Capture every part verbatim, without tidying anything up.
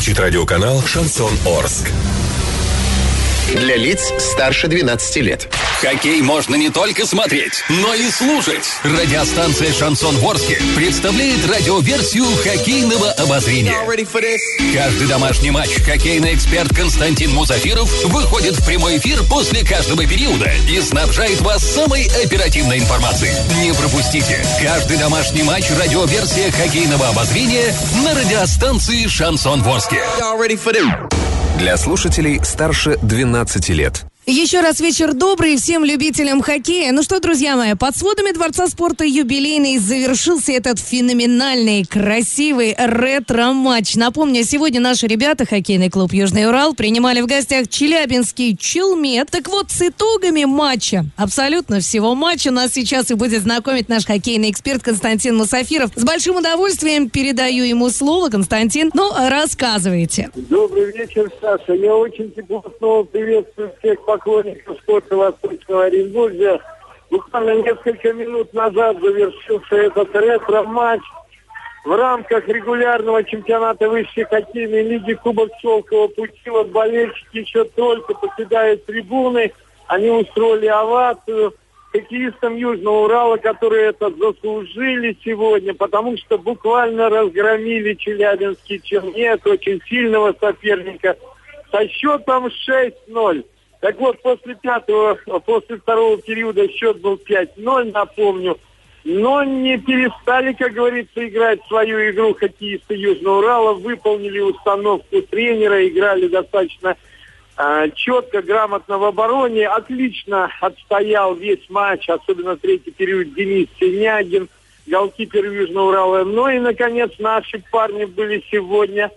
Звучит радиоканал «Шансон Орск». Для лиц старше двенадцати лет. Хоккей можно не только смотреть, но и слушать. Радиостанция «Шансон Орске» представляет радиоверсию хоккейного обозрения. Каждый домашний матч хоккейный эксперт Константин Мусафиров выходит в прямой эфир после каждого периода и снабжает вас самой оперативной информацией. Не пропустите. Каждый домашний матч радиоверсия хоккейного обозрения на радиостанции «Шансон Орске». Для слушателей старше двенадцати лет. Еще раз вечер добрый всем любителям хоккея. Ну что, друзья мои, под сводами Дворца спорта юбилейный завершился этот феноменальный, красивый ретро-матч. Напомню, сегодня наши ребята, хоккейный клуб «Южный Урал», принимали в гостях челябинский «Челмет». Так вот, с итогами матча, абсолютно всего матча, нас сейчас и будет знакомить наш хоккейный эксперт Константин Мусафиров. С большим удовольствием передаю ему слово. Константин, ну, рассказывайте. Добрый вечер, Саша. Я очень тепло снова приветствую всех поклонников спорта Восточного Оренбурга. Буквально несколько минут назад завершился этот ретро-матч в рамках регулярного чемпионата высшей хоккейной лиги Кубок Шелкового пути. Вот болельщики еще только покидают трибуны. Они устроили овацию хоккеистам Южного Урала, которые это заслужили сегодня, потому что буквально разгромили челябинский «Челмет», очень сильного соперника, со счетом шесть ноль. Так вот, после пятого, после второго периода счет был пять ноль, напомню. Но не перестали, как говорится, играть свою игру хоккеисты Южного Урала, выполнили установку тренера, играли достаточно э, четко, грамотно в обороне. Отлично отстоял весь матч, особенно третий период, Денис Синягин, голкипер Южного Урала. Ну и, наконец, наши парни были сегодня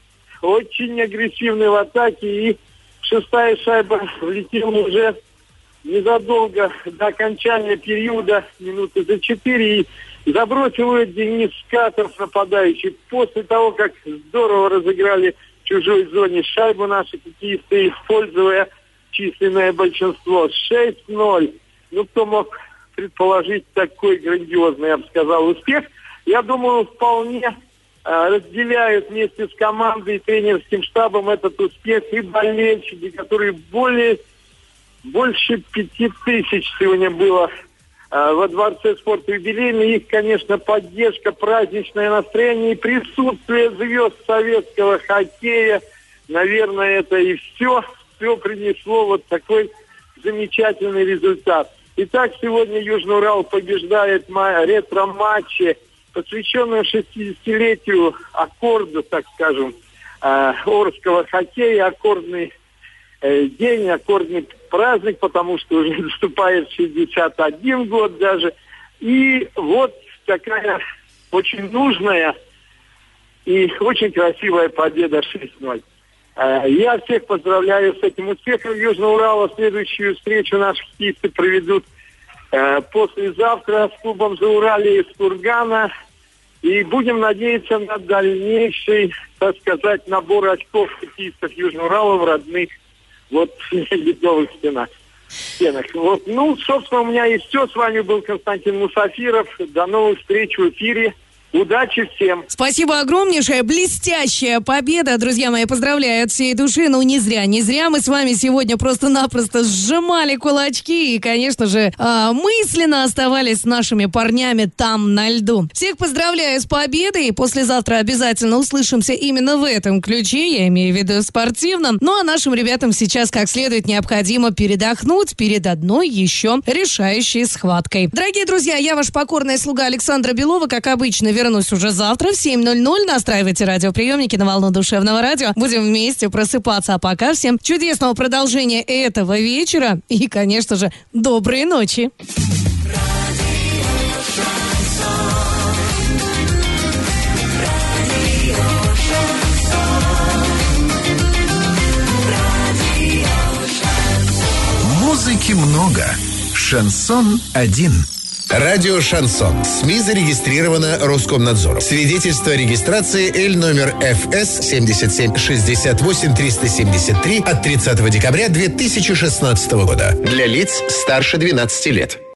очень агрессивны в атаке, и шестая шайба влетела уже незадолго до окончания периода, минуты за четыре, и забросил ее Денис Скатов, нападающий. После того, как здорово разыграли в чужой зоне шайбу наши хоккеисты, используя численное большинство. шесть ноль. Ну, кто мог предположить такой грандиозный, я бы сказал, успех? Я думаю, вполне разделяют вместе с командой и тренерским штабом этот успех и болельщики, которые более, больше пяти тысяч сегодня было э, во Дворце спорта юбилейный. Их, конечно, поддержка, праздничное настроение и присутствие звезд советского хоккея. Наверное, это и все, все принесло вот такой замечательный результат. Итак, сегодня Южный Урал побеждает в ретро-матче, посвященную шестидесятилетию аккорда, так скажем, э, орского хоккея, аккордный э, день, аккордный праздник, потому что уже наступает шестьдесят один год даже. И вот такая очень нужная и очень красивая победа шесть ноль. Э, я всех поздравляю с этим успехом Южного Урала. Следующую встречу наши хоккеисты проведут э, послезавтра с клубом «Зауралье» из Кургана. И будем надеяться на дальнейший, так сказать, набор очков хоккеистов Южного Урала в родных вот ледовых стенах. стенах. Вот. Ну, собственно, у меня и все. С вами был Константин Мусафиров. До новых встреч в эфире. Удачи всем! Спасибо огромнейшее, блестящая победа, друзья мои, поздравляю от всей души, ну не зря, не зря мы с вами сегодня просто-напросто сжимали кулачки и, конечно же, мысленно оставались с нашими парнями там на льду. Всех поздравляю с победой, послезавтра обязательно услышимся именно в этом ключе, я имею в виду спортивном, ну а нашим ребятам сейчас как следует необходимо передохнуть перед одной еще решающей схваткой. Дорогие друзья, я ваш покорная слуга Александра Белова, как обычно, вернусь уже завтра в семь ноль ноль. Настраивайте радиоприемники на волну душевного радио. Будем вместе просыпаться. А пока всем чудесного продолжения этого вечера. И, конечно же, доброй ночи. Музыки много. Шансон один. Радио «Шансон». СМИ зарегистрировано Роскомнадзором. Свидетельство о регистрации Л номер Ф С семь семь шесть восемь три семь три от тридцатого декабря две тысячи шестнадцатого года. Для лиц старше двенадцати лет.